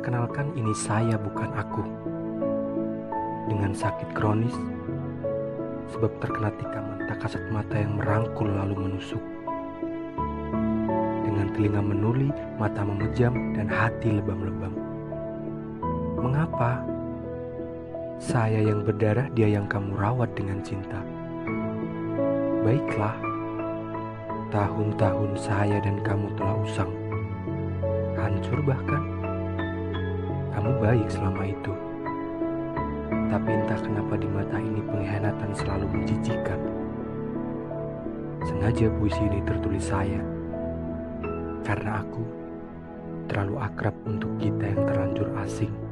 Perkenalkan, ini saya bukan aku. Dengan sakit kronis, sebab terkena tikam mentah kasat mata yang merangkul lalu menusuk. Dengan telinga menuli, mata memejam, dan hati lebam-lebam. Mengapa? Saya yang berdarah, dia yang kamu rawat dengan cinta. Baiklah, tahun-tahun saya dan kamu telah usang. Hancur bahkan. Kamu baik selama itu. Tapi entah kenapa di mata ini pengkhianatan selalu menjijikan. Sengaja puisi ini tertulis saya, karena aku terlalu akrab untuk kita yang terlanjur asing.